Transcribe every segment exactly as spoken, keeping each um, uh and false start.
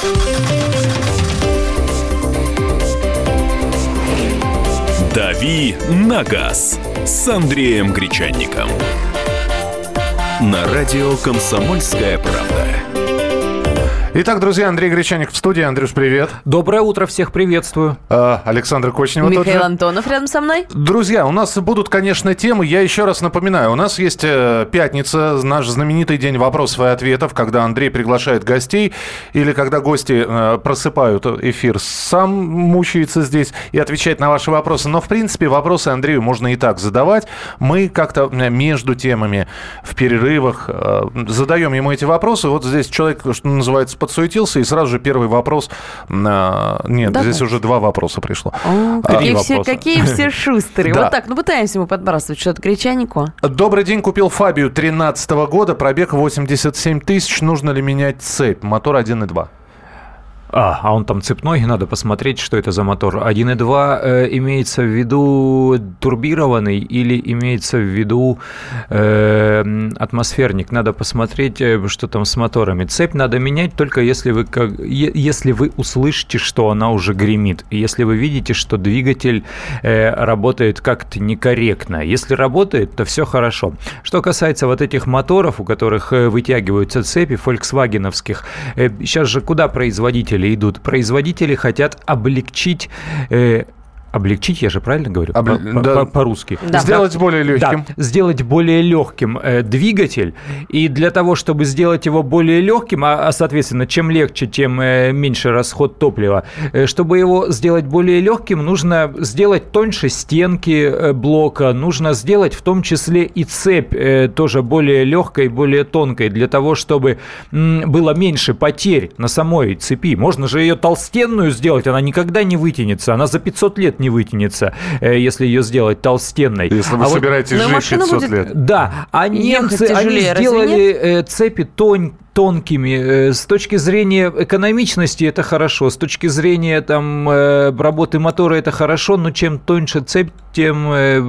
«Дави на газ» с Андреем Гречанником. На радио «Комсомольская правда». Итак, друзья, Андрей Гречанник в студии. Андрюш, привет. Доброе утро, всех приветствую. А, Александр Кочнева. Михаил Антонов рядом со мной. Друзья, у нас будут, конечно, темы. Я еще раз напоминаю, у нас есть э, пятница, наш знаменитый день вопросов и ответов, когда Андрей приглашает гостей, или когда гости э, просыпают эфир, сам мучается здесь и отвечает на ваши вопросы. Но, в принципе, вопросы Андрею можно и так задавать. Мы как-то между темами в перерывах э, задаем ему эти вопросы. Вот здесь человек, что называется, подсуетился, и сразу же первый вопрос. А, нет, Давай. Здесь уже два вопроса пришло. О, а, какие, все, какие все шустрые. Да. Вот так, ну пытаемся мы подбрасывать что-то Гречанику. Добрый день, купил Фабию тринадцатого года, пробег восемьдесят семь тысяч. Нужно ли менять цепь? Мотор один и два. А, а он там цепной, надо посмотреть, что это за мотор. один и два э, имеется в виду турбированный или имеется в виду э, атмосферник? Надо посмотреть, что там с моторами. Цепь надо менять только если вы, как, если вы услышите, что она уже гремит. Если вы видите, что двигатель э, работает как-то некорректно. Если работает, то все хорошо. Что касается вот этих моторов, у которых э, вытягиваются цепи, фольксвагеновских, э, сейчас же куда производители идут? Производители хотят облегчить... Э, Облегчить, я же правильно говорю? Обл... По- да. по- по-русски. Да. Сделать более легким. Да, сделать более легким э, двигатель. И для того, чтобы сделать его более легким, а, а соответственно, чем легче, тем э, меньше расход топлива, э, чтобы его сделать более легким, нужно сделать тоньше стенки э, блока, нужно сделать в том числе и цепь э, тоже более легкой, более тонкой, для того, чтобы м, было меньше потерь на самой цепи. Можно же ее толстенную сделать, она никогда не вытянется, она за пятьсот лет не вытянется, если ее сделать толстенной. Если вы а собираетесь вот, жить пятьсот будет... лет. Да, а немцы, они сделали цепи тонь, тонкими. С точки зрения экономичности это хорошо, с точки зрения там, работы мотора это хорошо, но чем тоньше цепь, тем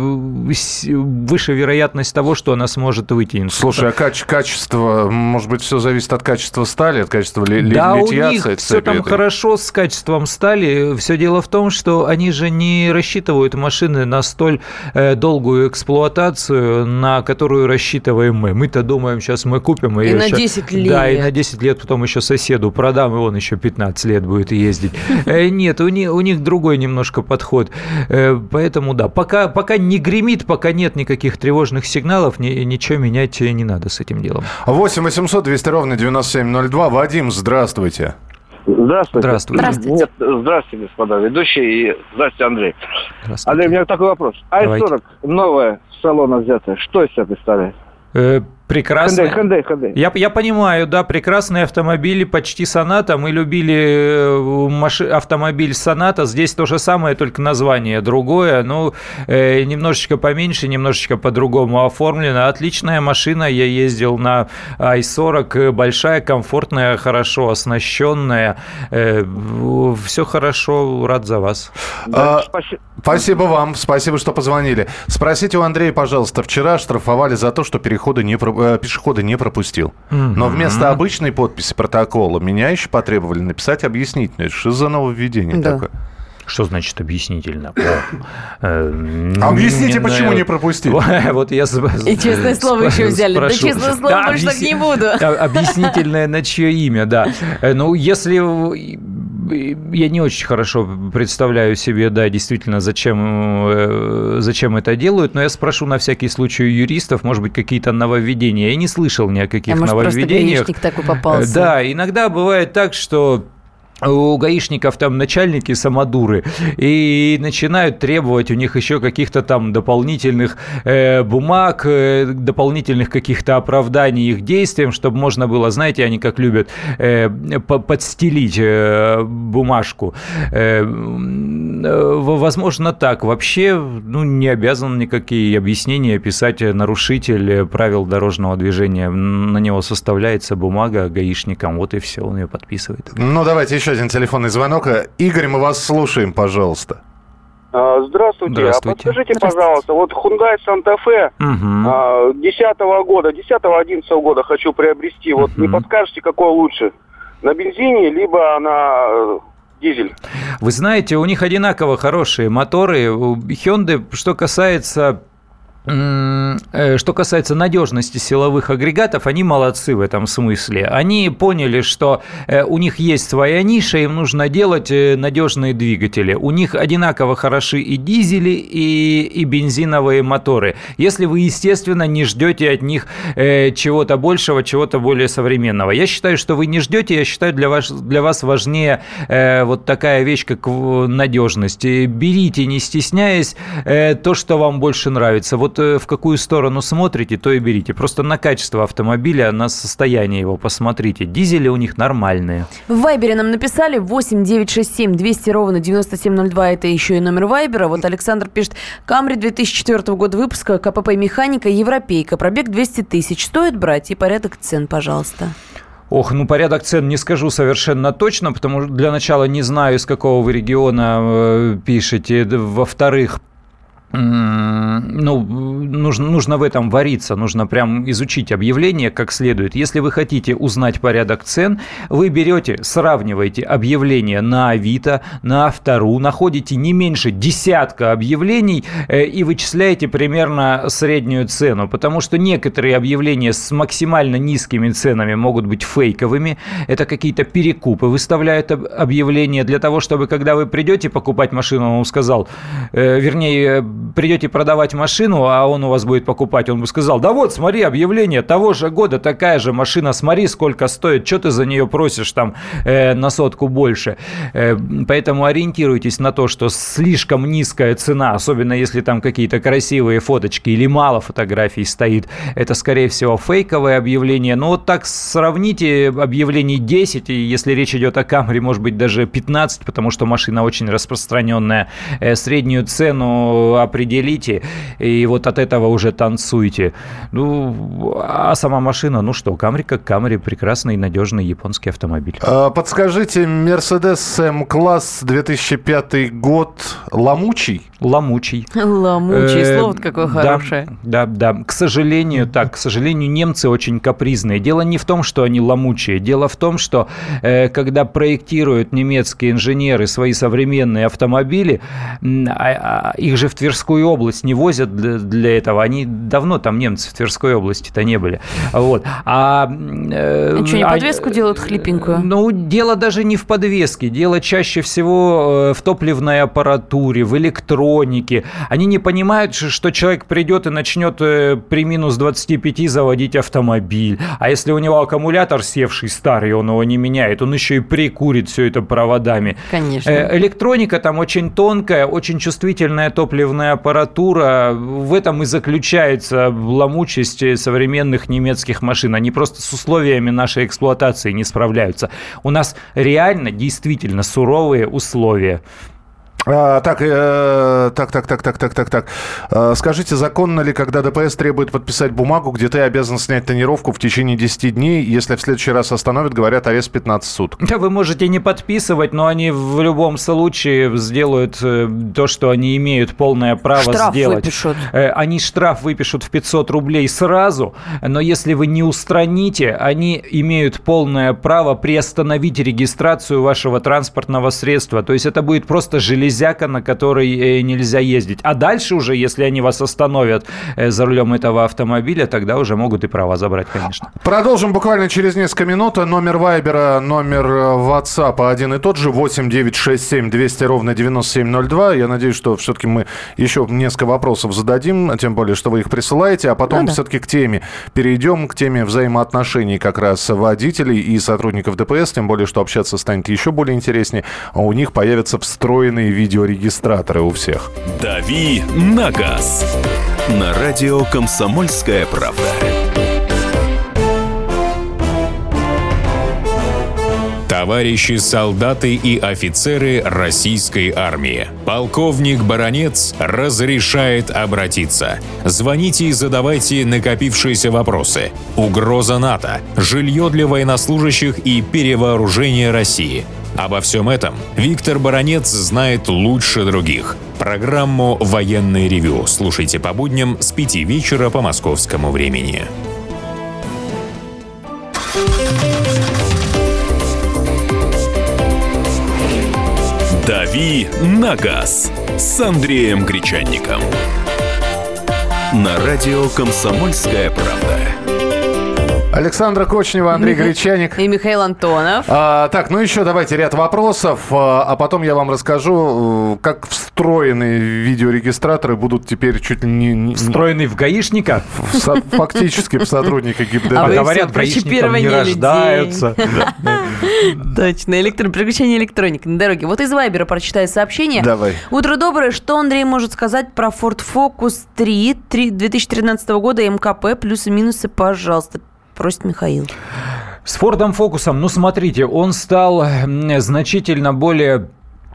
выше вероятность того, что она сможет вытянуться. Слушай, а каче- качество, может быть, все зависит от качества стали, от качества ли- да, литья? Да, у них все там этой. Хорошо с качеством стали. Все дело в том, что они же не рассчитывают машины на столь э, долгую эксплуатацию, на которую рассчитываем мы. Мы-то думаем, сейчас мы купим ее. И на сейчас... десять лет. Да, и на десять лет потом еще соседу продам, и он еще пятнадцать лет будет ездить. Нет, у них, у них другой немножко подход. Поэтому да, пока, пока не гремит, пока нет никаких тревожных сигналов, ни, ничего менять не надо с этим делом. восемь восемьсот двести ровно девяносто семь ноль два. Вадим, здравствуйте. Здравствуйте. Здравствуйте. Здравствуйте. Нет, здравствуйте, господа ведущие. И здравствуйте, Андрей. Здравствуйте. Андрей, у меня такой вопрос. ай сорок новая с салона взятая. Что из себя представляет? Э, прекрасный. Hyundai, Hyundai. Я, я понимаю, да, прекрасные автомобили, почти Соната. Мы любили маши... автомобиль Соната. Здесь то же самое, только название другое. Ну, э, немножечко поменьше, немножечко по-другому оформлено. Отличная машина. Я ездил на ай сорок. Большая, комфортная, хорошо оснащенная. Э, все хорошо. Рад за вас. Да, а, спасибо. Спасибо вам. Спасибо, что позвонили. Спросите у Андрея, пожалуйста. Вчера штрафовали за то, что переходы не, пешехода не пропустил. Mm-hmm. Но вместо обычной подписи протокола меня еще потребовали написать объяснительное. Что за нововведение да. такое? Что значит объяснительно? Объясните, почему не пропустили. Вот я И честное слово еще взяли. Да честное слово, больше так не буду. Объяснительное на чье имя, да. Ну, если... Я не очень хорошо представляю себе, да, действительно, зачем, зачем это делают, но я спрошу на всякий случай у юристов, может быть, какие-то нововведения. Я не слышал ни о каких а может, нововведениях. Просто гаишник такой попался. Да, иногда бывает так, что у гаишников там начальники самодуры и начинают требовать у них еще каких-то там дополнительных э, бумаг, э, дополнительных каких-то оправданий их действиям, чтобы можно было, знаете, они как любят э, подстелить э, бумажку. Э, возможно, так. Вообще, ну, не обязан никакие объяснения писать нарушитель правил дорожного движения. На него составляется бумага гаишникам, вот и все, он ее подписывает. Ну, давайте еще один телефонный звонок. Игорь, мы вас слушаем, пожалуйста. Здравствуйте. Здравствуйте. А подскажите, пожалуйста, вот Hyundai Santa Fe угу. десятого года, десятого-одиннадцатого года хочу приобрести. Вот угу. не подскажете, какой лучше? на бензине, либо на дизель? Вы знаете, у них одинаково хорошие моторы. У Hyundai, что касается... Что касается надежности силовых агрегатов, они молодцы в этом смысле. Они поняли, что у них есть своя ниша, им нужно делать надежные двигатели. У них одинаково хороши и дизели, и, и бензиновые моторы. Если вы, естественно, не ждете от них чего-то большего, чего-то более современного. Я считаю, что вы не ждете, я считаю, для вас, для вас важнее вот такая вещь, как надежность. Берите, не стесняясь, то, что вам больше нравится. Вот в какую сторону смотрите, то и берите. Просто на качество автомобиля, на состояние его посмотрите. Дизели у них нормальные. В Вайбере нам написали восемь девятьсот шестьдесят семь двести ровно девяносто семь ноль два. Это еще и номер Вайбера. Вот Александр пишет: Камри две тысячи четвёртого года выпуска, КПП механика, европейка, пробег двести тысяч. Стоит брать? И порядок цен, пожалуйста. Ох, ну порядок цен не скажу совершенно точно, потому что для начала не знаю, из какого вы региона э, пишете. Во-вторых, ну, нужно, нужно в этом вариться, нужно прям изучить объявление как следует. Если вы хотите узнать порядок цен, вы берете, сравниваете объявления на Авито, на Автору, находите не меньше десятка объявлений и вычисляете примерно среднюю цену, потому что некоторые объявления с максимально низкими ценами могут быть фейковыми, это какие-то перекупы выставляют объявления для того, чтобы когда вы придете покупать машину, он вам сказал, э, вернее, придете продавать машину, а он у вас будет покупать, он бы сказал: да вот, смотри, объявление того же года, такая же машина, смотри, сколько стоит, что ты за нее просишь там э, на сотку больше. Э, поэтому ориентируйтесь на то, что слишком низкая цена, особенно если там какие-то красивые фоточки или мало фотографий стоит, это, скорее всего, фейковое объявление. Но вот так сравните объявлений десять, и если речь идет о Camry, может быть, даже пятнадцать, потому что машина очень распространенная, э, среднюю цену определите, и вот от этого уже танцуйте. Ну, а сама машина, ну что, Camry как Camry, прекрасный и надежный японский автомобиль. Подскажите, Mercedes М-класс две тысячи пятый год ломучий? Ломучий. Ломучий, слово какое хорошее. Да, да, да. К сожалению, так, к сожалению, немцы очень капризные. Дело не в том, что они ломучие. Дело в том, что э, когда проектируют немецкие инженеры свои современные автомобили, а, а, их же в Тверскую область не возят для, для этого. Они давно там, немцы, в Тверской области-то не были. Вот. А, э, а что, не а, подвеску делают хлипенькую? Ну, дело даже не в подвеске. Дело чаще всего в топливной аппаратуре, в электронике. Они не понимают, что человек придет и начнет при минус двадцати пяти заводить автомобиль. А если у него аккумулятор севший старый, он его не меняет, он еще и прикурит все это проводами. Конечно. Электроника там очень тонкая, очень чувствительная топливная аппаратура. В этом и заключается ломучесть современных немецких машин. Они просто с условиями нашей эксплуатации не справляются. У нас реально, действительно суровые условия. А, так, э, так, так, так, так, так, так, так. А, скажите, законно ли, когда ДПС требует подписать бумагу, где ты обязан снять тонировку в течение десяти дней, если в следующий раз остановят, говорят, арест пятнадцать суток? Да, вы можете не подписывать, но они в любом случае сделают то, что они имеют полное право штраф сделать. Выпишут. Они штраф выпишут в пятьсот рублей сразу, но если вы не устраните, они имеют полное право приостановить регистрацию вашего транспортного средства. То есть это будет просто железяка, на которой нельзя ездить. А дальше уже, если они вас остановят за рулем этого автомобиля, тогда уже могут и права забрать, конечно. Продолжим буквально через несколько минут. Номер Вайбера, номер WhatsApp один и тот же. восемь девятьсот шестьдесят семь двести ровно девяносто семь ноль два. Я надеюсь, что все-таки мы еще несколько вопросов зададим, тем более, что вы их присылаете, а потом ну, да. все-таки к теме перейдем, к теме взаимоотношений как раз водителей и сотрудников ДПС, тем более, что общаться станет еще более интереснее. А у них появятся встроенные видеорегистраторы у всех. «Дави на газ» на радио «Комсомольская правда». Товарищи солдаты и офицеры российской армии. Полковник Баранец разрешает обратиться. Звоните и задавайте накопившиеся вопросы. Угроза НАТО, жилье для военнослужащих и перевооружение России. Обо всем этом Виктор Баранец знает лучше других. Программу «Военное ревю» слушайте по будням с пяти вечера по московскому времени. «Дави на газ» с Андреем Гречанником. На радио «Комсомольская правда». Александра Кочнева, Андрей Гречаник. И Михаил Антонов. А, так, ну еще давайте ряд вопросов, а, а потом я вам расскажу, как встроенные видеорегистраторы будут теперь чуть ли не... не Встроенные в гаишника? В, со, фактически в сотрудника ГИБДД. А, а говорят, гаишникам не рождаются. Точно, приключения электроники на дороге. Вот из Вайбера прочитаю сообщение. Давай. Утро доброе. Что Андрей может сказать про Ford Focus три две тысячи тринадцатого года МКП? Плюсы-минусы, пожалуйста. Просит Михаил. С Фордом Фокусом, ну смотрите, он стал значительно более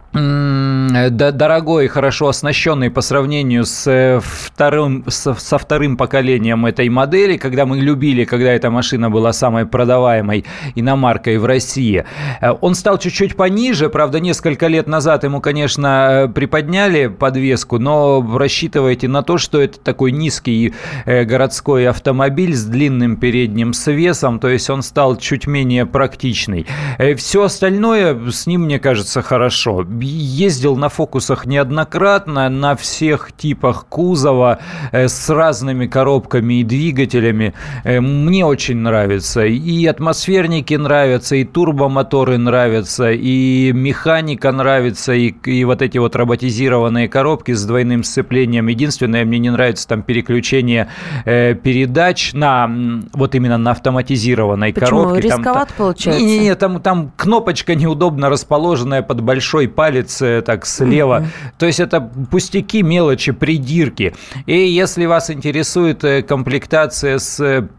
дорогой и хорошо оснащенный по сравнению с вторым, со, со вторым поколением этой модели, когда мы любили, когда эта машина была самой продаваемой иномаркой в России. Он стал чуть-чуть пониже, правда, несколько лет назад ему, конечно, приподняли подвеску, но рассчитывайте на то, что это такой низкий городской автомобиль с длинным передним свесом, то есть он стал чуть менее практичный. Все остальное с ним, мне кажется, хорошо. Ездил на «Фокусах» неоднократно, на всех типах кузова, э, с разными коробками и двигателями. Э, мне очень нравится. И атмосферники нравятся, и турбомоторы нравятся, и механика нравится, и, и вот эти вот роботизированные коробки с двойным сцеплением. Единственное, мне не нравится там переключение э, передач на, вот именно на автоматизированной Почему? коробке. Почему? Рисковато там, получается? Не-не-не, там, там кнопочка неудобно расположенная под большой палец так слева. Mm-hmm. То есть это пустяки, мелочи, придирки. И если вас интересует комплектация с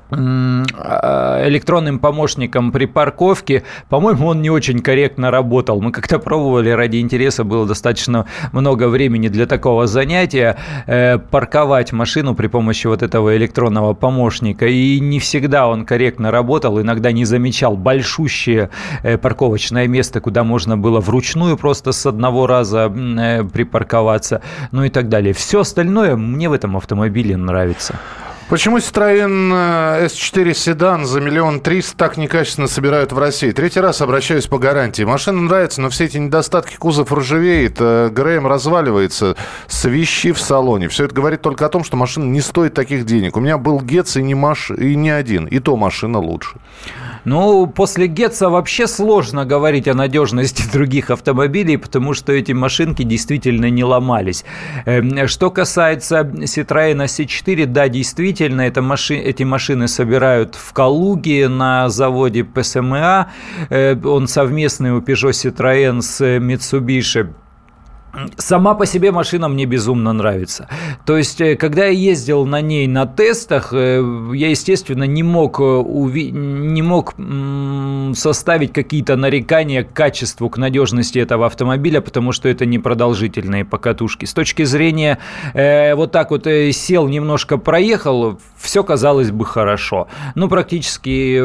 электронным помощником при парковке, по-моему, он не очень корректно работал. Мы как-то пробовали, ради интереса было достаточно много времени для такого занятия, э, парковать машину при помощи вот этого электронного помощника, и не всегда он корректно работал, иногда не замечал большущее э, парковочное место, куда можно было вручную просто с одного раза э, припарковаться, ну и так далее. Все остальное мне в этом автомобиле нравится. Почему Citroёn эс четыре седан за миллион триста так некачественно собирают в России? Третий раз обращаюсь по гарантии. Машина нравится, но все эти недостатки, кузов ржавеет, ГРМ разваливается, свищи в салоне. Все это говорит только о том, что машина не стоит таких денег. У меня был Гетц и не, маш... и не один, и то машина лучше. Ну, после Гетца вообще сложно говорить о надежности других автомобилей, потому что эти машинки действительно не ломались. Что касается Citroёn си четыре, да, действительно, это маши... эти машины собирают в Калуге на заводе пэ эс эм а. Он совместный у Peugeot Citroën с Mitsubishi. Сама по себе машина мне безумно нравится. То есть, когда я ездил на ней на тестах, я, естественно, не мог, уви... не мог составить какие-то нарекания к качеству, к надежности этого автомобиля, потому что это непродолжительные покатушки. С точки зрения э, вот так вот э, сел, немножко проехал, все казалось бы хорошо. Ну, практически...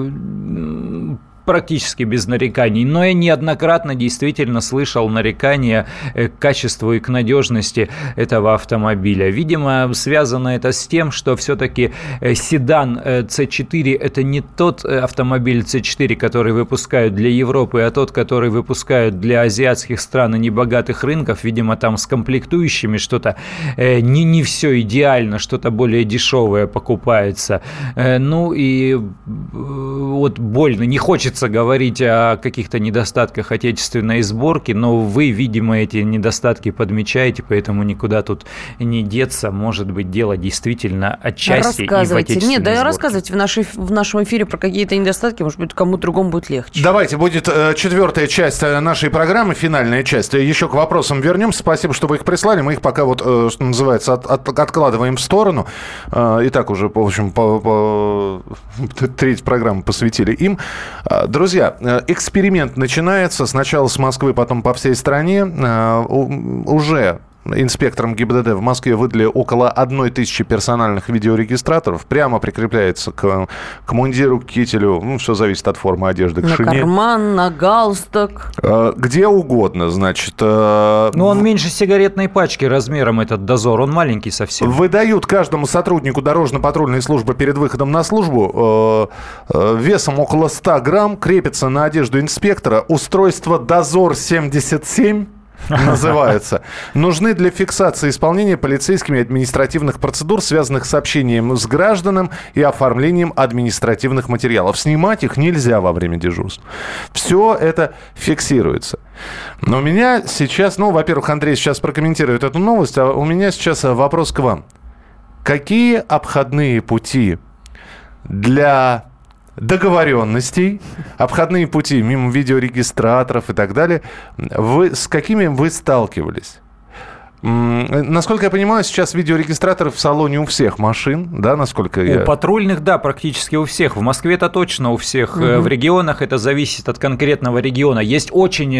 Э, практически без нареканий, но я неоднократно действительно слышал нарекания к качеству и к надежности этого автомобиля. Видимо, связано это с тем, что все-таки седан си четыре – это не тот автомобиль си четыре, который выпускают для Европы, а тот, который выпускают для азиатских стран и небогатых рынков. Видимо, там с комплектующими что-то не, не все идеально, что-то более дешевое покупается. Ну и вот больно, не хочется говорить о каких-то недостатках отечественной сборки, но вы, видимо, эти недостатки подмечаете, поэтому никуда тут не деться. Может быть, дело действительно отчасти и в отечественной Нет, да сборке. рассказывайте в, нашей, в нашем эфире про какие-то недостатки, может быть, кому-то другому будет легче. Давайте, будет э, четвертая часть нашей программы, финальная часть. Еще к вопросам вернемся. Спасибо, что вы их прислали. Мы их пока, вот, э, что называется, от, от, откладываем в сторону. Э, и так уже, в общем, по, по... треть программы посвятили им. Друзья, эксперимент начинается сначала с Москвы, потом по всей стране. Уже инспекторам ГИБДД в Москве выдали около одной тысячи персональных видеорегистраторов. Прямо прикрепляется к, к мундиру, к кителю. Ну, все зависит от формы одежды. К на шине. карман, на галстук. Где угодно, значит. Но он меньше сигаретной пачки размером, этот дозор. Он маленький совсем. Выдают каждому сотруднику дорожно-патрульной службы перед выходом на службу весом около ста грамм. Крепится на одежду инспектора устройство «Дозор семьдесят семь». Называется. Нужны для фиксации исполнения полицейскими административных процедур, связанных с общением с гражданами и оформлением административных материалов. Снимать их нельзя во время дежурств. Все это фиксируется. Но у меня сейчас, ну, во-первых, Андрей сейчас прокомментирует эту новость, а у меня сейчас вопрос к вам. Какие обходные пути для договоренностей, обходные пути мимо видеорегистраторов и так далее, вы, с какими вы сталкивались? Насколько я понимаю, сейчас видеорегистраторы в салоне у всех машин, да, насколько я... У патрульных, да, практически у всех. В Москве это точно у всех. Угу. В регионах это зависит от конкретного региона. Есть очень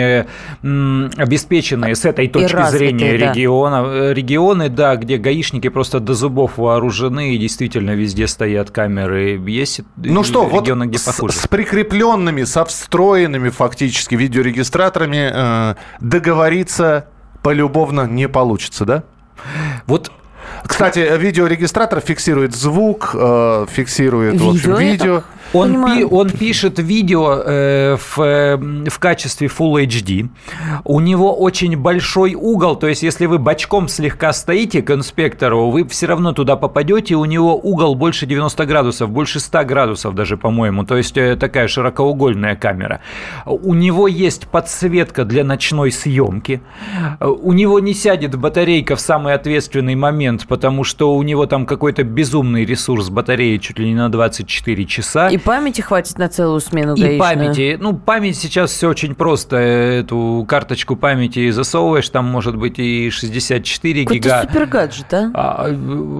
м, обеспеченные с этой точки развитые, зрения да. региона, регионы, да, где гаишники просто до зубов вооружены и действительно везде стоят камеры. Есть ну что, регионы, вот где похуже. С, с прикрепленными, со встроенными фактически видеорегистраторами э, договориться... полюбовно не получится, да? Вот. Кстати, видеорегистратор фиксирует звук, э, фиксирует, видео, в общем, видео. Он, пи, он пишет видео э, в, э, в качестве Full эйч ди. У него очень большой угол, то есть если вы бочком слегка стоите к инспектору, вы все равно туда попадете, у него угол больше девяноста градусов, больше ста градусов даже, по-моему, то есть э, такая широкоугольная камера. У него есть подсветка для ночной съемки, у него не сядет батарейка в самый ответственный момент, потому что у него там какой-то безумный ресурс батареи чуть ли не на двадцать четыре часа. И памяти хватит на целую смену гаишную? И памяти. Ну, память сейчас все очень просто. Эту карточку памяти засовываешь, там может быть и шестьдесят четыре гига. Какой-то супергаджет, а? а?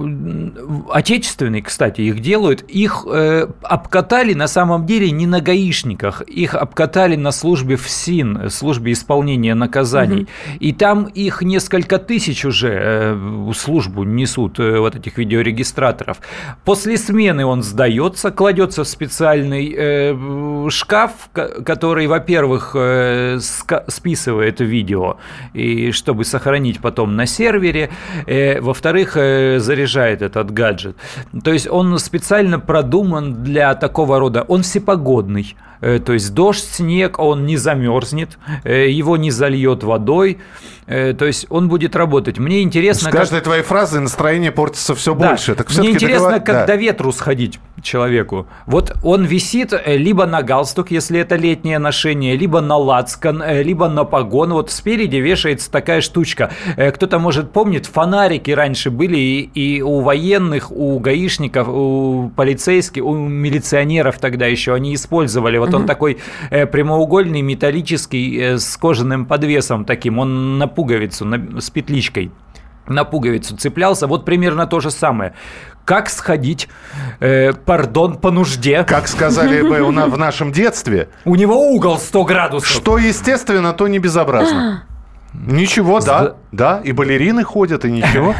Отечественные, кстати, их делают. Их э, обкатали на самом деле не на гаишниках. Их обкатали на службе ФСИН, службе исполнения наказаний. Угу. И там их несколько тысяч уже э, службу несут, э, вот этих видеорегистраторов. После смены он сдается, кладется в специальный специальный э, шкаф, который, во-первых, э, ска- списывает видео, и чтобы сохранить потом на сервере, э, во-вторых, э, заряжает этот гаджет. То есть он специально продуман для такого рода, он всепогодный. То есть дождь, снег, он не замерзнет, его не зальет водой, то есть он будет работать. Мне интересно... С каждой как... твоей фразы настроение портится все да. больше. Так Мне интересно, договор... как да. до ветру сходить человеку. Вот он висит либо на галстук, если это летнее ношение, либо на лацкан, либо на погон. Вот спереди вешается такая штучка. Кто-то, может, помнит, фонарики раньше были и, и у военных, у гаишников, у полицейских, у милиционеров тогда еще они использовали. Вот он такой э, прямоугольный, металлический, э, с кожаным подвесом таким, он на пуговицу, на, с петличкой на пуговицу цеплялся. Вот примерно то же самое. Как сходить, э, пардон, по нужде. Как сказали бы в нашем детстве. У него угол сто градусов. Что естественно, то не безобразно. Ничего, да, да, и балерины ходят, и ничего.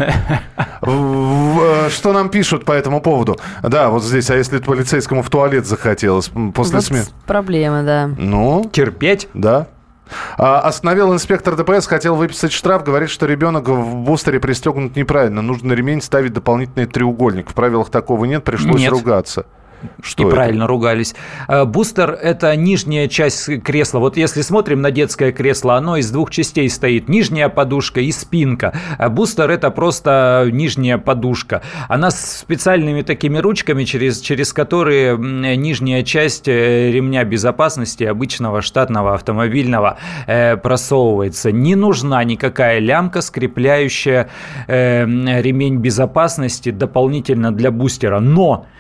Что нам пишут по этому поводу? Да, вот здесь, а если полицейскому в туалет захотелось после смены? Проблема, да. Ну? Терпеть? Да. Остановил инспектор ДПС, хотел выписать штраф, говорит, что ребенок в бустере пристегнут неправильно. Нужно на ремень ставить дополнительный треугольник. В правилах такого нет, пришлось нет. ругаться. Что и это? Правильно ругались. Бустер – это нижняя часть кресла. Вот если смотрим на детское кресло, оно из двух частей стоит. Нижняя подушка и спинка. А бустер – это просто нижняя подушка. Она с специальными такими ручками, через, через которые нижняя часть ремня безопасности обычного штатного автомобильного просовывается. Не нужна никакая лямка, скрепляющая ремень безопасности дополнительно для бустера. Но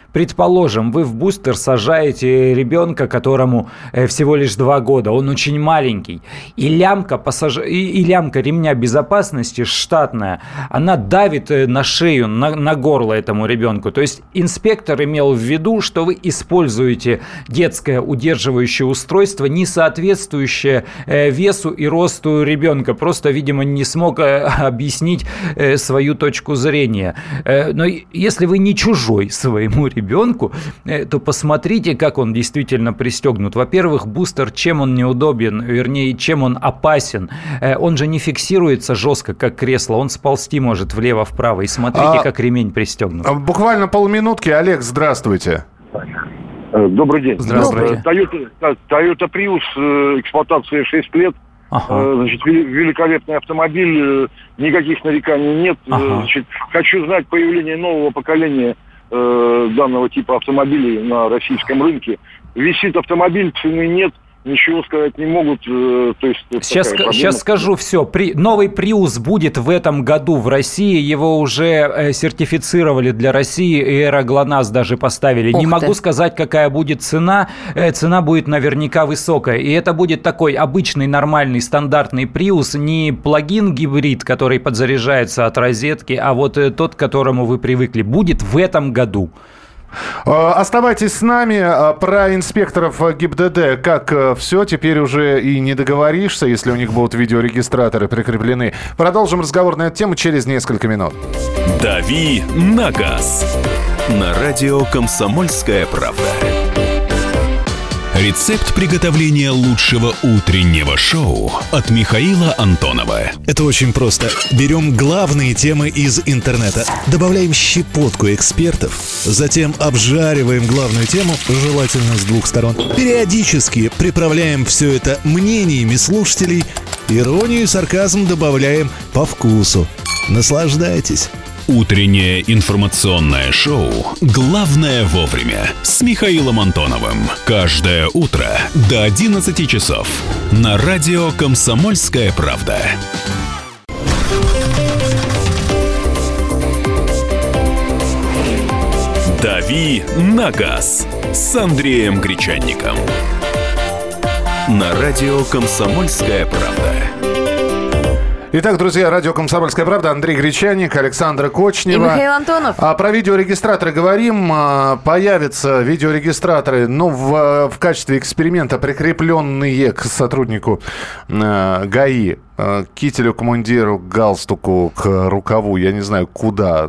Предположим, вы в бустер сажаете ребенка, которому э, всего лишь два года, он очень маленький, и лямка, пассаж... и, и лямка ремня безопасности штатная, она давит на шею, на, на горло этому ребенку. То есть инспектор имел в виду, что вы используете детское удерживающее устройство, не соответствующее э, весу и росту ребенка. Просто, видимо, не смог э, объяснить э, свою точку зрения. Э, но если вы не чужой своему ребенку, ребенку, то посмотрите, как он действительно пристегнут. Во-первых, бустер, чем он неудобен, вернее, чем он опасен. Он же не фиксируется жестко, как кресло, он сползти может влево-вправо. И смотрите, а, как ремень пристегнут. Буквально полминутки. Олег, здравствуйте. Добрый день. Здравствуйте. Toyota, Toyota Prius, эксплуатация шесть лет. Ага. Значит, великолепный автомобиль, никаких нареканий нет. Ага. Значит, хочу знать появление нового поколения данного типа автомобилей на российском рынке. Висит автомобиль, цены нет, ничего сказать не могут. То есть, сейчас, сейчас скажу все. При, новый Prius будет в этом году в России. Его уже э, сертифицировали для России. И Эра-ГЛОНАСС даже поставили. Ух не ты. Могу сказать, какая будет цена. Э, цена будет наверняка высокая. И это будет такой обычный, нормальный, стандартный Prius. Не плагин-гибрид, который подзаряжается от розетки, а вот э, тот, к которому вы привыкли. Будет в этом году. Оставайтесь с нами. Про инспекторов ГИБДД, как все, теперь уже и не договоришься, если у них будут видеорегистраторы прикреплены. Продолжим разговор на эту тему через несколько минут. «Дави на газ» на радио «Комсомольская правда». Рецепт приготовления лучшего утреннего шоу от Михаила Антонова. Это очень просто. Берем главные темы из интернета, добавляем щепотку экспертов, затем обжариваем главную тему, желательно с двух сторон. Периодически приправляем все это мнениями слушателей, иронию и сарказм добавляем по вкусу. Наслаждайтесь. Утреннее информационное шоу «Главное вовремя» с Михаилом Антоновым. Каждое утро до одиннадцати часов на радио «Комсомольская правда». «Дави на газ» с Андреем Гречанником. На радио «Комсомольская правда». Итак, друзья, радио «Комсомольская правда», Андрей Гречанник, Александра Кочнева. И Михаил Антонов. А про видеорегистраторы говорим. Появятся видеорегистраторы, ну, в, в качестве эксперимента, прикрепленные к сотруднику э, ГАИ, э, к кителю, к мундиру, к галстуку, к рукаву. Я не знаю, куда.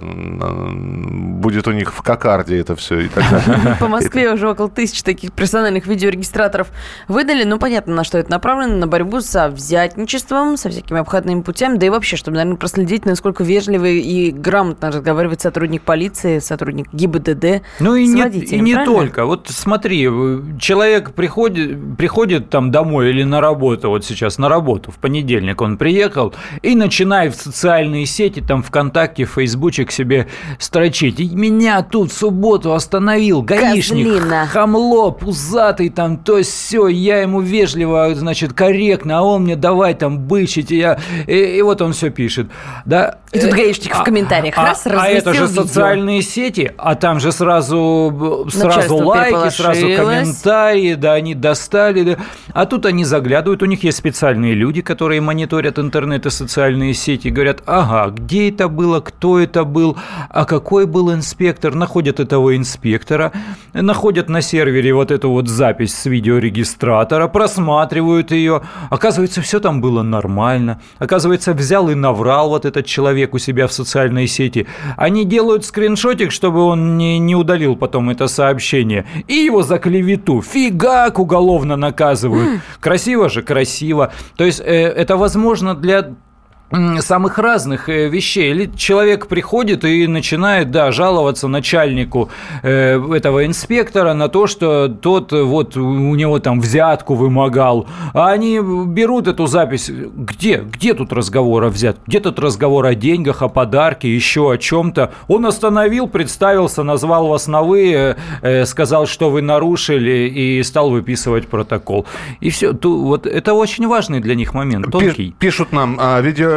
Будет у них в кокарде это все. И так далее. По Москве уже около тысячи таких персональных видеорегистраторов выдали. Ну, понятно, на что это направлено. На борьбу со взятничеством, со всякими обходными путями, да и вообще, чтобы, наверное, проследить, насколько вежливый и грамотно разговаривает сотрудник полиции, сотрудник ГИБДД. Ну и не, и не только. Вот смотри, человек приходит, приходит там домой или на работу, вот сейчас на работу, в понедельник он приехал, и начинает в социальные сети, там ВКонтакте, в Фейсбуче себе строчить. И меня тут в субботу остановил гаишник, Козлина. Хамло, пузатый, там то-сё, я ему вежливо, значит, корректно, а он мне давай там бычить, и я... И, и вот он все пишет. Да? И тут гаишник в комментариях а, раз а, а это же видео. Социальные сети, а там же сразу, сразу лайки, сразу комментарии, да, они достали. Да. А тут они заглядывают, у них есть специальные люди, которые мониторят интернет и социальные сети, говорят, ага, где это было, кто это был, а какой был инспектор, находят этого инспектора, находят на сервере вот эту вот запись с видеорегистратора, просматривают ее, оказывается, все там было нормально. Оказывается, взял и наврал вот этот человек у себя в социальной сети. Они делают скриншотик, чтобы он не, не удалил потом это сообщение. И его за клевету фигак уголовно наказывают. Красиво же, красиво. То есть э, это возможно для... самых разных вещей. Или человек приходит и начинает, да, жаловаться начальнику э, этого инспектора на то, что тот вот у него там взятку вымогал. А они берут эту запись. Где? Где тут разговор о взятке? Где тут разговор о деньгах, о подарке, еще о чем-то? Он остановил, представился, назвал вас на «вы», э, сказал, что вы нарушили, и стал выписывать протокол. И все. Ту, вот это очень важный для них момент, тонкий. Пишут нам, а, видео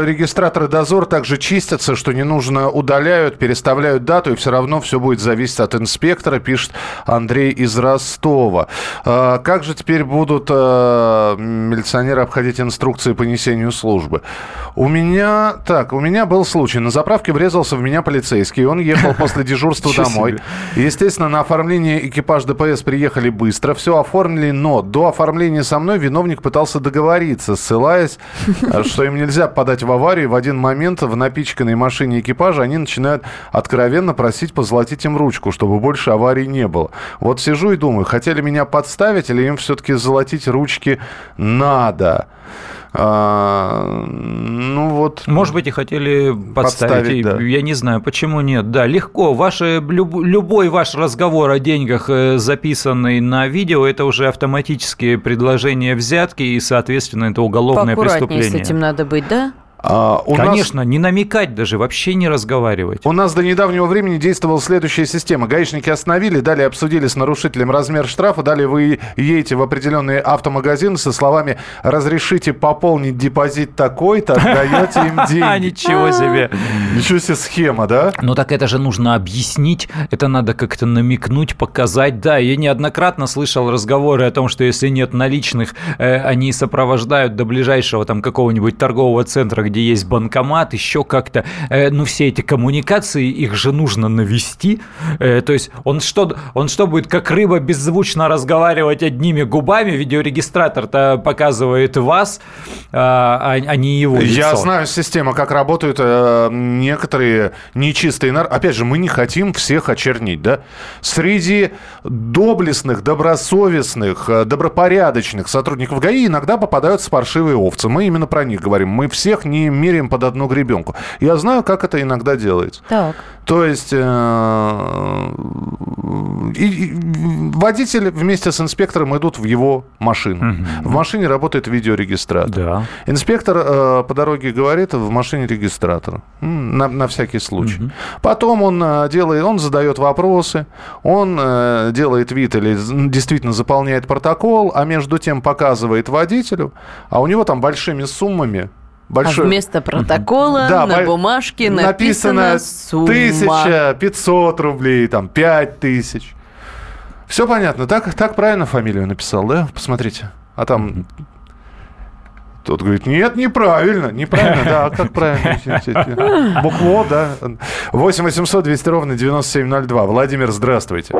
видеорегистраторы «Дозор» также чистятся, что не нужно удаляют, переставляют дату, и все равно все будет зависеть от инспектора, пишет Андрей из Ростова. А, как же теперь будут а, милиционеры обходить инструкции по несению службы? У меня, так, у меня был случай. На заправке врезался в меня полицейский. Он ехал после дежурства домой. Естественно, на оформление экипаж ДПС приехали быстро. Все оформили, но до оформления со мной виновник пытался договориться, ссылаясь, что им нельзя подать в аварию. В один момент в напичканной машине экипажа они начинают откровенно просить позолотить им ручку, чтобы больше аварий не было. Вот сижу и думаю, хотели меня подставить или им все-таки золотить ручки надо? А, ну вот. Может быть, и хотели подставить. подставить да. Я не знаю, почему нет. Да, легко. Ваши, люб, любой ваш разговор о деньгах, записанный на видео, это уже автоматические предложения взятки, и, соответственно, это уголовное преступление. С этим надо быть, да? А, у Конечно, нас... не намекать даже, вообще не разговаривать. У нас до недавнего времени действовала следующая система. Гаишники остановили, далее обсудили с нарушителем размер штрафа, далее вы едете в определенный автомагазин со словами «разрешите пополнить депозит такой-то», отдаете им деньги. Ничего себе. Ничего себе схема, да? Ну так это же нужно объяснить, это надо как-то намекнуть, показать. Да, я неоднократно слышал разговоры о том, что если нет наличных, они сопровождают до ближайшего там какого-нибудь торгового центра, где есть банкомат, еще как-то, э, ну, все эти коммуникации, их же нужно навести. Э, то есть он что, он что будет, как рыба, беззвучно разговаривать одними губами? Видеорегистратор-то показывает вас, э, а, а не его лицо. Я знаю систему, как работают э, некоторые нечистые... Нар... Опять же, мы не хотим всех очернить, да? Среди доблестных, добросовестных, добропорядочных сотрудников ГАИ иногда попадаются паршивые овцы. Мы именно про них говорим. Мы всех не меряем под одну гребенку. Я знаю, как это иногда делается. Так. То есть э, и, и, водитель вместе с инспектором идут в его машину. Угу. В машине работает видеорегистратор. Да. Инспектор э, по дороге говорит, в машине регистратор. На, на всякий случай. Угу. Потом он э, делает, он задает вопросы, он э, делает вид или действительно заполняет протокол, а между тем показывает водителю, а у него там большими суммами. Большой... А вместо протокола да, на бо... бумажке написано сумма. тысяча пятьсот рублей, там, пять тысяч. Все понятно. Так, так правильно фамилию написал, да? Посмотрите. А там... Тот говорит, нет, неправильно. Неправильно, да. А как правильно? Букву, да. восемь восемьсот двести ровно девяносто семь ноль два. Владимир, здравствуйте.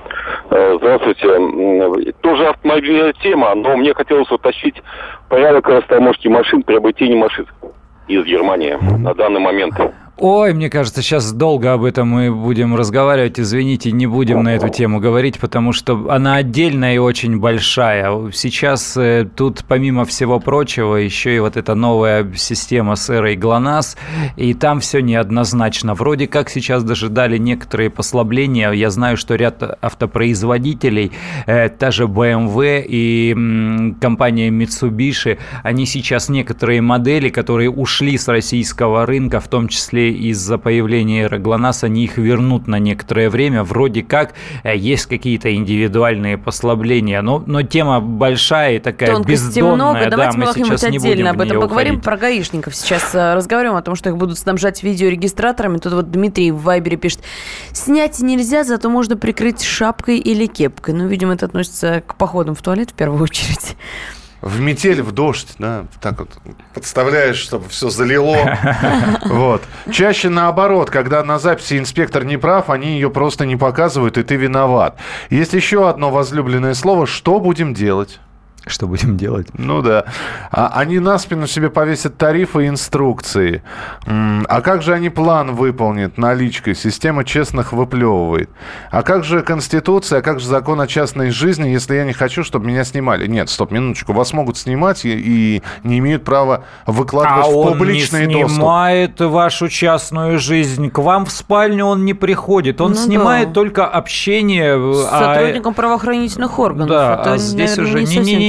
Здравствуйте. Тоже автомобильная тема, но мне хотелось уточнить порядок растаможки машин, приобретения машин из Германии на данный момент. Ой, мне кажется, сейчас долго об этом мы будем разговаривать. Извините, не будем на эту тему говорить, потому что она отдельная и очень большая. Сейчас э, тут, помимо всего прочего, еще и вот эта новая система с эрой ГЛОНАСС, и там все неоднозначно. Вроде как сейчас даже дали некоторые послабления. Я знаю, что ряд автопроизводителей, э, та же бэ эм вэ и м, компания Mitsubishi, они сейчас некоторые модели, которые ушли с российского рынка, в том числе из-за появления эры ГЛОНАСС, они их вернут на некоторое время. Вроде как есть какие-то индивидуальные послабления, но, но тема большая и такая тонкостей бездонная. много. Давайте да, мы как-нибудь отдельно об этом поговорим. Уходить. Про гаишников сейчас разговариваем о том, что их будут снабжать видеорегистраторами. Тут вот Дмитрий в Вайбере пишет: снять нельзя, зато можно прикрыть шапкой или кепкой. Ну, видимо, это относится к походам в туалет в первую очередь. В метель, в дождь, да, так вот подставляешь, чтобы все залило. Вот. Чаще наоборот, когда на записи инспектор не прав, они ее просто не показывают, и ты виноват. Есть еще одно возлюбленное слово: что будем делать? Что будем делать? Ну да. А, они на спину себе повесят тарифы и инструкции. А как же они план выполнят наличкой? Система честных выплевывает. А как же Конституция, а как же закон о частной жизни, если я не хочу, чтобы меня снимали? Нет, стоп, минуточку. Вас могут снимать и, и не имеют права выкладывать а в публичный доступ. А он не снимает вашу частную жизнь. К вам в спальню он не приходит. Он ну снимает да. только общение. С сотрудником а... правоохранительных органов. Да, это, а здесь наверное, уже... не, не, не,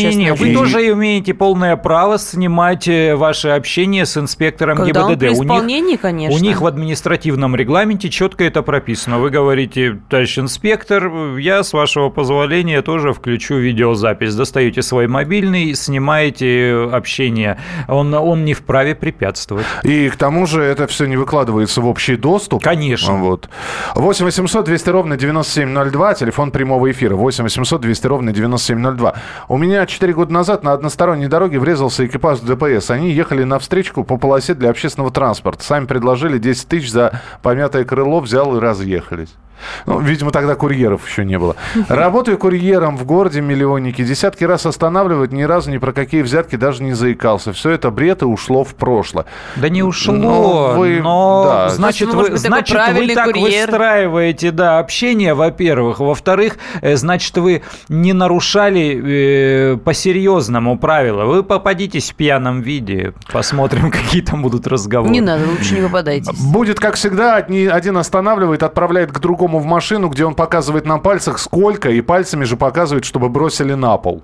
Не-не-не, вы тоже имеете полное право снимать ваше общение с инспектором Когда ГИБДД. Он при исполнении, у них, конечно. У них в административном регламенте четко это прописано. Вы говорите: товарищ инспектор, я, с вашего позволения, тоже включу видеозапись. Достаете свой мобильный, снимаете общение. Он, он не вправе препятствовать. И к тому же это все не выкладывается в общий доступ. Конечно. Вот. восемь восемьсот двести ровно девяносто семь ноль два, телефон прямого эфира. восемь восемьсот двести ровно девяносто семь ноль два. У меня четыре года назад на односторонней дороге врезался экипаж ДПС. Они ехали навстречу по полосе для общественного транспорта. Сами предложили десять тысяч за помятое крыло, взял и разъехались. Ну, видимо, тогда курьеров еще не было. Работаю курьером в городе-миллионнике. Десятки раз останавливать, ни разу ни про какие взятки даже не заикался. Все это бред и ушло в прошлое. Да не ушло, но, вы, но да. значит, вы, вы, значит вы так курьер. выстраиваете да, общение, во-первых. Во-вторых, значит, вы не нарушали э, по-серьезному правила. Вы попадитесь в пьяном виде, посмотрим, какие там будут разговоры. Не надо, лучше не попадайтесь. Будет, как всегда, один останавливает, отправляет к другому в машину, где он показывает на пальцах сколько, и пальцами же показывает, чтобы бросили на пол.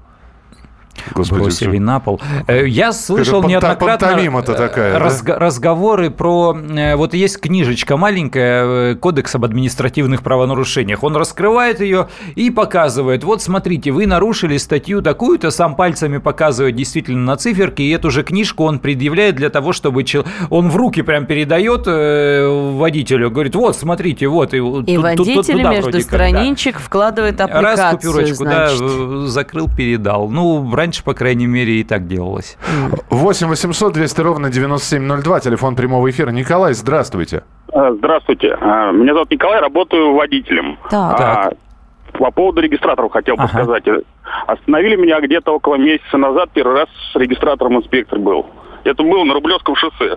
Господи, бросили все. на пол. Я слышал Это неоднократно такая, разг- да? разговоры про... Вот есть книжечка маленькая, Кодекс об административных правонарушениях. Он раскрывает ее и показывает. Вот смотрите, вы нарушили статью такую-то, сам пальцами показывает действительно на циферке, и эту же книжку он предъявляет для того, чтобы... Чел... Он в руки прям передает водителю, говорит, вот, смотрите, вот. И, и тут, водитель тут, туда между страничек да. вкладывает аппликацию, раз купюрочку, значит. да, закрыл, передал. Ну, раньше, по крайней мере, и так делалось. восемь восемьсот двести ровно девяносто семь ноль два, телефон прямого эфира. Николай, здравствуйте. Здравствуйте. Меня зовут Николай, работаю водителем. Так. А, по поводу регистраторов хотел бы ага. сказать. Остановили меня где-то около месяца назад, первый раз с регистратором инспектор был. Это было на Рублевском шоссе.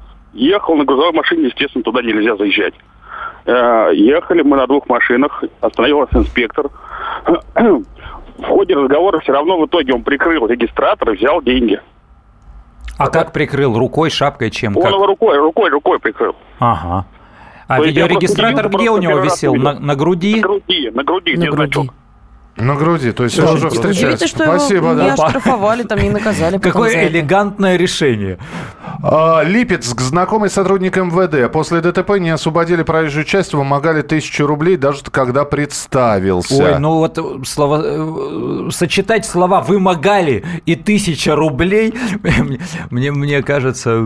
Ехал на грузовой машине, естественно, туда нельзя заезжать. Ехали мы на двух машинах, остановился инспектор. В ходе разговора все равно в итоге он прикрыл регистратор и взял деньги. А как прикрыл? Рукой, шапкой, чем? Он как? его рукой, рукой, рукой прикрыл. Ага. А То видеорегистратор где у него висел? На, на груди? На груди, на груди, на где груди. значок. На груди, то есть уже встречается. Что Спасибо, его да. не оштрафовали, там не наказали. Какое элегантное решение. А, Липецк, знакомый сотрудник эм вэ дэ. После ДТП не освободили проезжую часть, вымогали тысячу рублей, даже когда представился. Ой, ну вот слова, сочетать слова «вымогали» и «тысяча рублей», мне, мне кажется,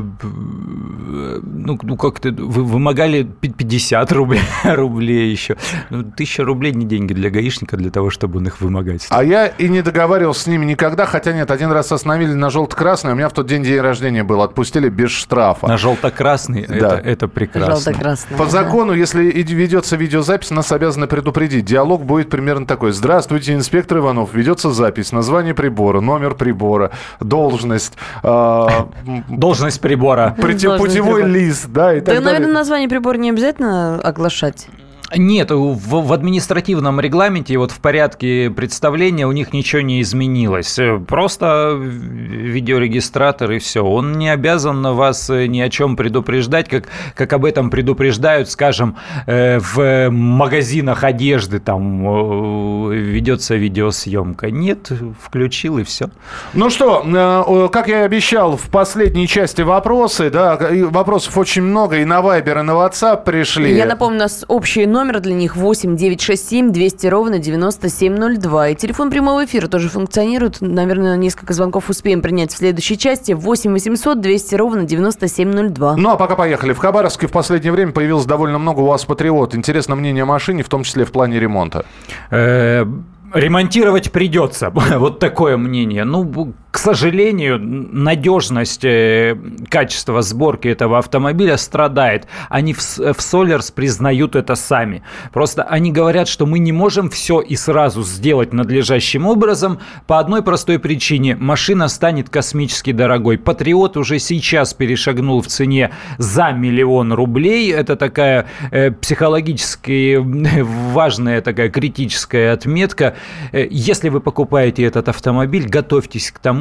ну, ну как-то вы вымогали пятьдесят рублей, рублей еще. Ну, тысяча рублей не деньги для гаишника, для того, чтобы он их вымогать. А я и не договаривался с ними никогда, хотя нет, один раз остановили на желто-красный, у меня в тот день день рождения был, отпустили без штрафа. На желто-красный? Да. Это, это прекрасно. Желто-красный. По закону, если ведется видеозапись, нас обязаны предупредить. Диалог будет примерно такой. Здравствуйте, инспектор Иванов. Ведется запись. Название прибора, номер прибора, должность. Э, должность прибора. Путевой лист. Да, и так да, далее. наверное, название прибора не обязательно оглашать. Нет, в, в административном регламенте, вот в порядке представления у них ничего не изменилось. Просто видеорегистратор и все. Он не обязан вас ни о чем предупреждать, как, как об этом предупреждают, скажем, в магазинах одежды, там ведется видеосъемка. Нет, включил и все. Ну что, как я и обещал, в последней части вопросы, да, вопросов очень много, и на Viber, и на WhatsApp пришли. Я напомню, у нас общие номер для них восемь девятьсот шестьдесят семь двести ровно девяносто семь ноль два. И телефон прямого эфира тоже функционирует. Наверное, несколько звонков успеем принять в следующей части. восемь восемьсот двести ровно девяносто семь ноль два. Ну, а пока поехали. В Хабаровске в последнее время появилось довольно много УАЗ Патриот. Интересно мнение о машине, в том числе в плане ремонта. Ремонтировать придется. Вот такое мнение. Ну, к сожалению, надежность, качество сборки этого автомобиля страдает. Они в, в Solers признают это сами. Просто они говорят, что мы не можем все и сразу сделать надлежащим образом по одной простой причине. Машина станет космически дорогой. Патриот уже сейчас перешагнул в цене за миллион рублей. Это такая э, психологически важная, такая критическая отметка. Если вы покупаете этот автомобиль, готовьтесь к тому,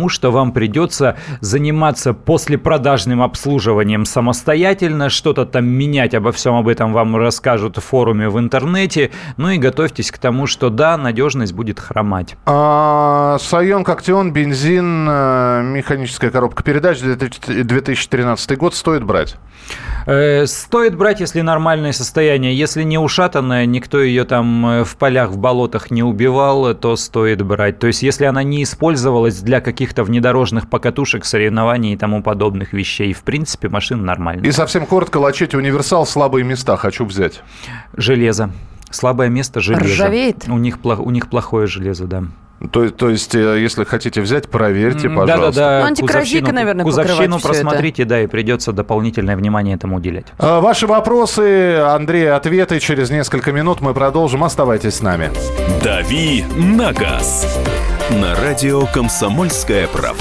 тому, что вам придется заниматься послепродажным обслуживанием самостоятельно, что-то там менять, обо всем об этом вам расскажут в форуме в интернете. Ну и готовьтесь к тому, что да, надежность будет хромать. А, Сайон, Актион, бензин, механическая коробка передач, две тысячи тринадцатый год, стоит брать? Э, стоит брать, если нормальное состояние. Если не ушатанная, никто ее там в полях, в болотах не убивал, то стоит брать. То есть, если она не использовалась для каких-то внедорожных покатушек, соревнований и тому подобных вещей, в принципе, машина нормальная. И совсем коротко, Лачетти универсал, слабые места хочу взять. Железо. Слабое место – железо. Ржавеет? У них, у них плохое железо, да. То, то есть, если хотите взять, проверьте, пожалуйста. Да-да-да. Ну, антикоррозийка, наверное, кузовщину просмотрите, да, и придется дополнительное внимание этому уделять. Ваши вопросы, Андрей, ответы через несколько минут. Мы продолжим. Оставайтесь с нами. «Дави на газ» на радио «Комсомольская правда».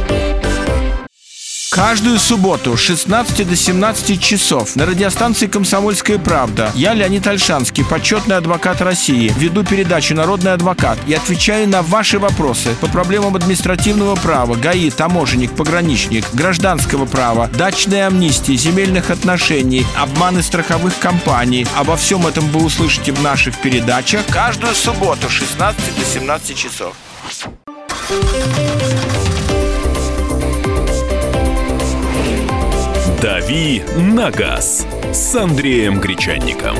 Каждую субботу с шестнадцати до семнадцати часов на радиостанции «Комсомольская правда» я, Леонид Ольшанский, почетный адвокат России, веду передачу «Народный адвокат» и отвечаю на ваши вопросы по проблемам административного права, ГАИ, таможенник, пограничник, гражданского права, дачной амнистии, земельных отношений, обманы страховых компаний. Обо всем этом вы услышите в наших передачах каждую субботу с шестнадцати до семнадцати часов. «Дави на газ» с Андреем Гречанником.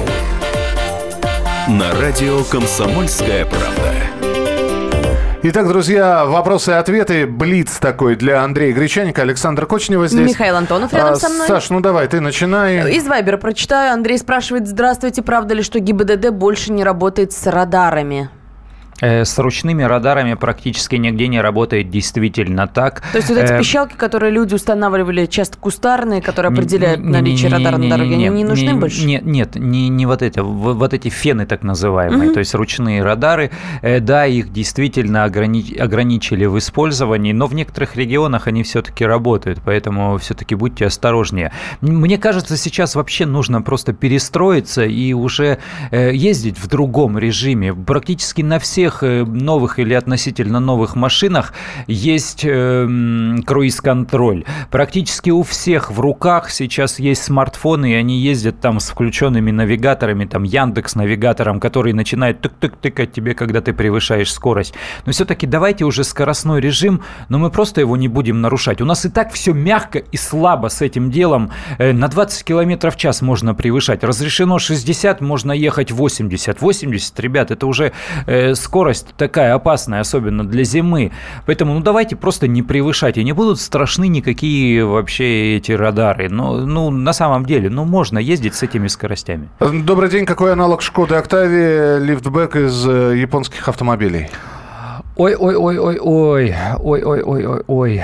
На радио «Комсомольская правда». Итак, друзья, вопросы и ответы. Блиц такой для Андрея Гречанника. Александр Кочнева здесь. Михаил Антонов рядом а, со мной. Саш, ну давай, ты начинай. Из Вайбера прочитаю. Андрей спрашивает: здравствуйте, правда ли, что ГИБДД больше не работает с радарами? С ручными радарами практически нигде не работает, действительно так. То есть вот эти пищалки, которые люди устанавливали, часто кустарные, которые определяют наличие радара на дороге, они не нужны больше? Нет, нет, не, не вот это, вот эти фены так называемые, то есть ручные радары, да, их действительно ограни- ограничили в использовании, но в некоторых регионах они все-таки работают, поэтому все-таки будьте осторожнее. Мне кажется, сейчас вообще нужно просто перестроиться и уже ездить в другом режиме. Практически на всех новых или относительно новых машинах есть э, круиз-контроль. Практически у всех в руках сейчас есть смартфоны, и они ездят там с включенными навигаторами, там Яндекс-навигатором, который начинает тык-тык-тыкать тебе, когда ты превышаешь скорость. Но все-таки давайте уже скоростной режим, но мы просто его не будем нарушать. У нас и так все мягко и слабо с этим делом. Э, на двадцать километров в час можно превышать. Разрешено шестьдесят, можно ехать восемьдесят. восемьдесят, ребят, это уже э, скорость такая опасная, особенно для зимы. Поэтому, ну, давайте просто не превышать. И не будут страшны никакие вообще эти радары. Но, ну, на самом деле, ну, можно ездить с этими скоростями. Добрый день. Какой аналог Шкоды Октавии, лифтбэк из японских автомобилей? Ой-ой-ой-ой-ой. Ой-ой-ой-ой-ой.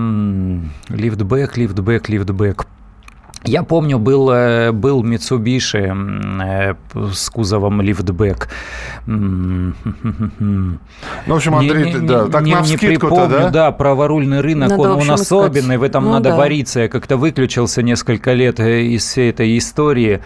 Лифтбэк, лифтбэк, лифтбэк. Я помню, был, был Mitsubishi с кузовом лифтбэк. Ну, в общем, Андрей, не, да, не, так не, навскидку-то, да? Да, праворульный рынок, Надо, он, общем, он особенный, искать. в этом ну, надо да. вариться. Я как-то выключился несколько лет из всей этой истории.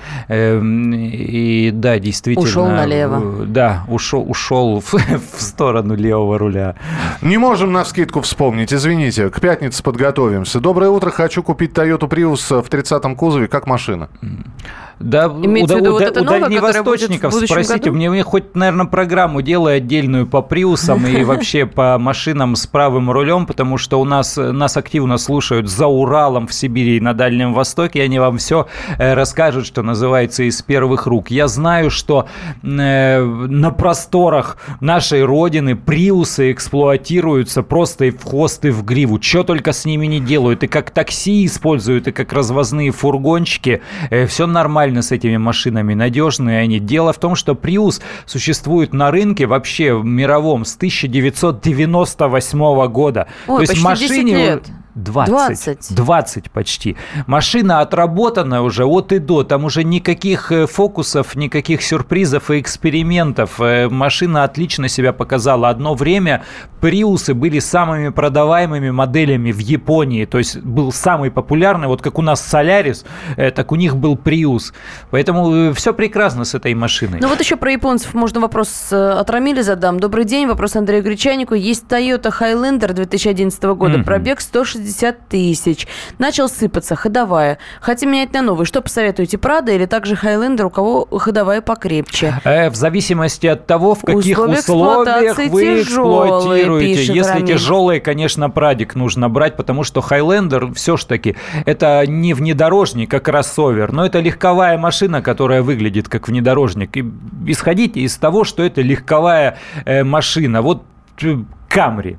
И да, действительно... Ушел налево. Да, ушел, ушел в, в сторону левого руля. Не можем навскидку вспомнить, извините, к пятнице подготовимся. Доброе утро, хочу купить Toyota Prius в тридцатом кузове, как машина? Да, Имеется у, в виду у, вот у, это у новое, дальневосточников спросите, мне, мне хоть, наверное, программу делай отдельную по Приусам и вообще по машинам с правым рулем, потому что у нас, нас активно слушают за Уралом, в Сибири и на Дальнем Востоке, и они вам все расскажут, что называется, из первых рук. Я знаю, что э, на просторах нашей родины Приусы эксплуатируются просто и в хвост, и в гриву. Что только с ними не делают, и как такси используют, и как развозные фургончики, э, все нормально с этими машинами, надежные они. Дело в том, что Prius существует на рынке вообще в мировом с тысяча девятьсот девяносто восьмого года. Ой, то есть почти машине, десять лет. двадцать. двадцать почти. Машина отработана уже от и до. Там уже никаких фокусов, никаких сюрпризов и экспериментов. Машина отлично себя показала. Одно время Приусы были самыми продаваемыми моделями в Японии. То есть был самый популярный. Вот как у нас Солярис, так у них был Приус. Поэтому все прекрасно с этой машиной. Ну вот еще про японцев можно вопрос от Рамиля задам. Добрый день. Вопрос Андрею Гречанику. Есть Toyota Highlander две тысячи одиннадцатого года. Mm-hmm. Пробег сто шестьдесят тысяч. Начал сыпаться. Ходовая. Хотим менять на новый. Что посоветуете? Прада или также Highlander, у кого ходовая покрепче? Э, в зависимости от того, в каких условия условиях вы эксплуатируете. Пишет Если Рамиль. тяжелые, конечно, Прадик нужно брать, потому что Highlander все-таки это не внедорожник, а кроссовер. Но это легковая машина, которая выглядит как внедорожник. И исходите из того, что это легковая э, машина. Вот Камри.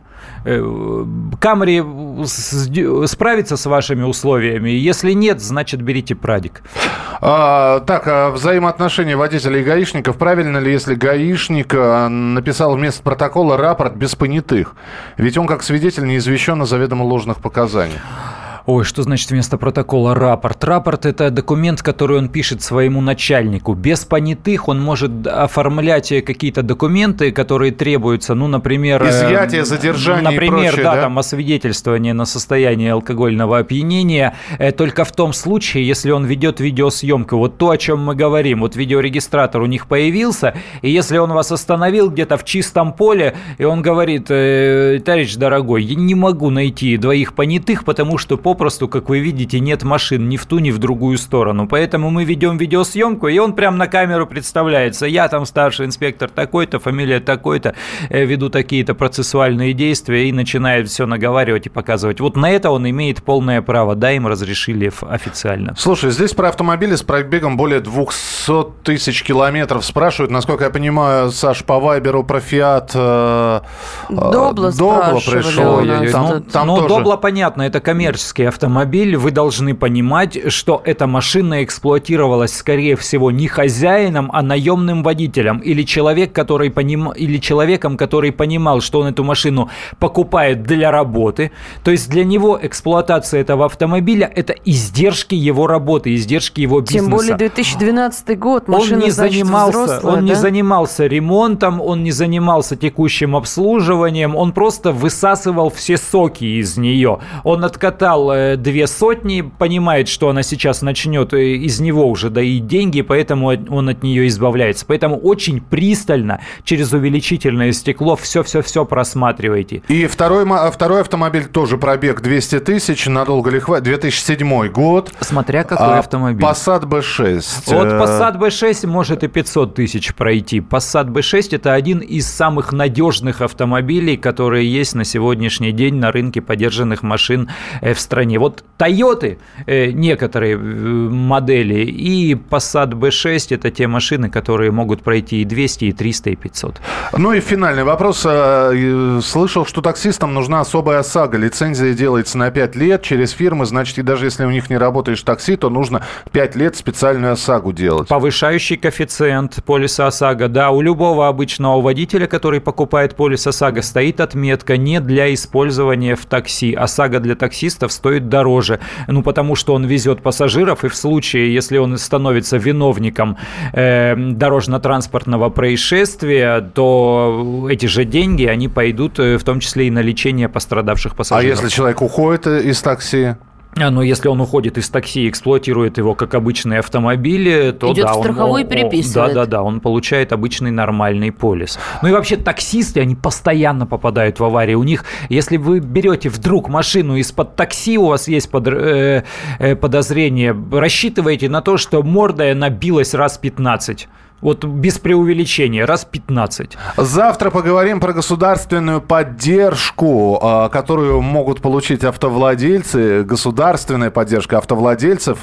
Камри справится с вашими условиями? Если нет, значит, берите Прадик. А, так, а взаимоотношения водителя и гаишников. Правильно ли, если гаишник написал вместо протокола рапорт без понятых? Ведь он, как свидетель, не извещен о заведомо ложных показаниях. Ой, что значит вместо протокола рапорт? Рапорт – это документ, который он пишет своему начальнику. Без понятых он может оформлять какие-то документы, которые требуются, ну, например… Изъятие, задержание например, и прочее, да, да? там, освидетельствование на состояние алкогольного опьянения. Только в том случае, если он ведет видеосъемку. Вот то, о чем мы говорим. Вот видеорегистратор у них появился, и если он вас остановил где-то в чистом поле, и он говорит: товарищ дорогой, я не могу найти двоих понятых, потому что по Попросту, как вы видите, нет машин ни в ту, ни в другую сторону. Поэтому мы ведем видеосъемку, и он прямо на камеру представляется. Я там старший инспектор такой-то, фамилия такой-то, веду такие-то процессуальные действия, и начинает все наговаривать и показывать. Вот на это он имеет полное право. Да, им разрешили официально. Слушай, здесь про автомобили с пробегом более двести тысяч километров спрашивают. Насколько я понимаю, Саш, по Вайберу про Фиат э, Добла, Добла пришел. Там, ну, там ну тоже... Добла, понятно, это коммерческий автомобиль. Вы должны понимать, что эта машина эксплуатировалась, скорее всего, не хозяином, а наемным водителем или, человек, который поним... или человеком, который понимал, что он эту машину покупает для работы. То есть для него эксплуатация этого автомобиля – это издержки его работы, издержки его бизнеса. Тем более две тысячи двенадцатый год, машина, он не значит, занимался, взрослая, он да? не занимался ремонтом, он не занимался текущим обслуживанием, он просто высасывал все соки из нее. Он откатал две сотни, понимает, что она сейчас начнет из него уже доить деньги, поэтому он от нее избавляется. Поэтому очень пристально через увеличительное стекло все-все-все просматривайте. И второй, второй автомобиль тоже пробег двести тысяч, надолго ли хватит? две тысячи седьмой год. Смотря какой а, автомобиль. Passat би шесть. Вот Passat би шесть может и пятьсот тысяч пройти. Passat би шесть это один из самых надежных автомобилей, которые есть на сегодняшний день на рынке подержанных машин в стране. Вот Toyota, э, некоторые модели, и Passat би шесть это те машины, которые могут пройти и двести, и триста, и пятьсот. Ну и финальный вопрос. Слышал, что таксистам нужна особая ОСАГО. Лицензия делается на пять лет через фирмы, значит, и даже если у них не работаешь в такси, то нужно пять лет специальную ОСАГО делать. Повышающий коэффициент полиса ОСАГО. Да, у любого обычного водителя, который покупает полис ОСАГО, стоит отметка «не для использования в такси». ОСАГО для таксистов стоит дороже, ну, потому что он везет пассажиров, и в случае, если он становится виновником э, дорожно-транспортного происшествия, то эти же деньги, они пойдут в том числе и на лечение пострадавших пассажиров. А если человек уходит из такси? Но если он уходит из такси и эксплуатирует его как обычный автомобиль, то идет да, в страховую он, и переписывает. Да, да, да, он получает обычный нормальный полис. Ну и вообще таксисты, они постоянно попадают в аварии. У них, если вы берете вдруг машину из-под такси, у вас есть под, э, э, подозрение, рассчитывайте на то, что мордой набилась раз пятнадцать. Вот без преувеличения, раз пятнадцать. Завтра поговорим про государственную поддержку, которую могут получить автовладельцы. Государственная поддержка автовладельцев,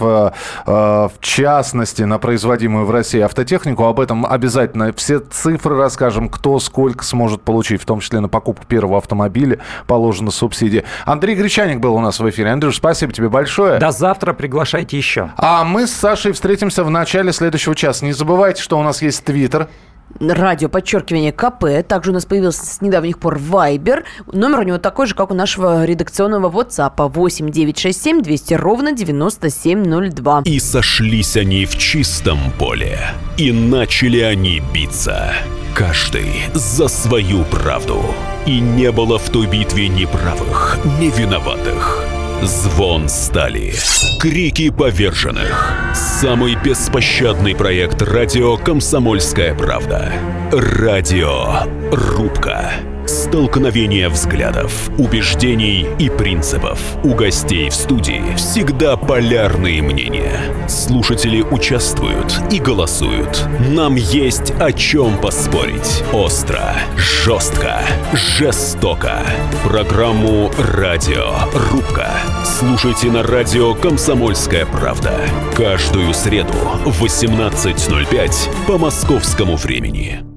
в частности, на производимую в России автотехнику. Об этом обязательно все цифры расскажем, кто сколько сможет получить, в том числе на покупку первого автомобиля положена субсидия. Андрей Гречаник был у нас в эфире. Андрюш, спасибо тебе большое. До завтра, приглашайте еще. А мы с Сашей встретимся в начале следующего часа. Не забывайте, что у нас есть Твиттер. радио, подчеркивание, КП. Также у нас появился с недавних пор Viber. Номер у него такой же, как у нашего редакционного WhatsApp. восемь девятьсот шестьдесят семь двести ровно девяносто семь ноль два. И сошлись они в чистом поле. И начали они биться. Каждый за свою правду. И не было в той битве ни правых, ни виноватых. Звон стали, крики поверженных. Самый беспощадный проект радио «Комсомольская правда». Радиорубка. Столкновение взглядов, убеждений и принципов. У гостей в студии всегда полярные мнения. Слушатели участвуют и голосуют. Нам есть о чем поспорить. Остро, жестко, жестоко. Программу «Радиорубка» слушайте на радио «Комсомольская правда». Каждую среду в восемнадцать ноль пять по московскому времени.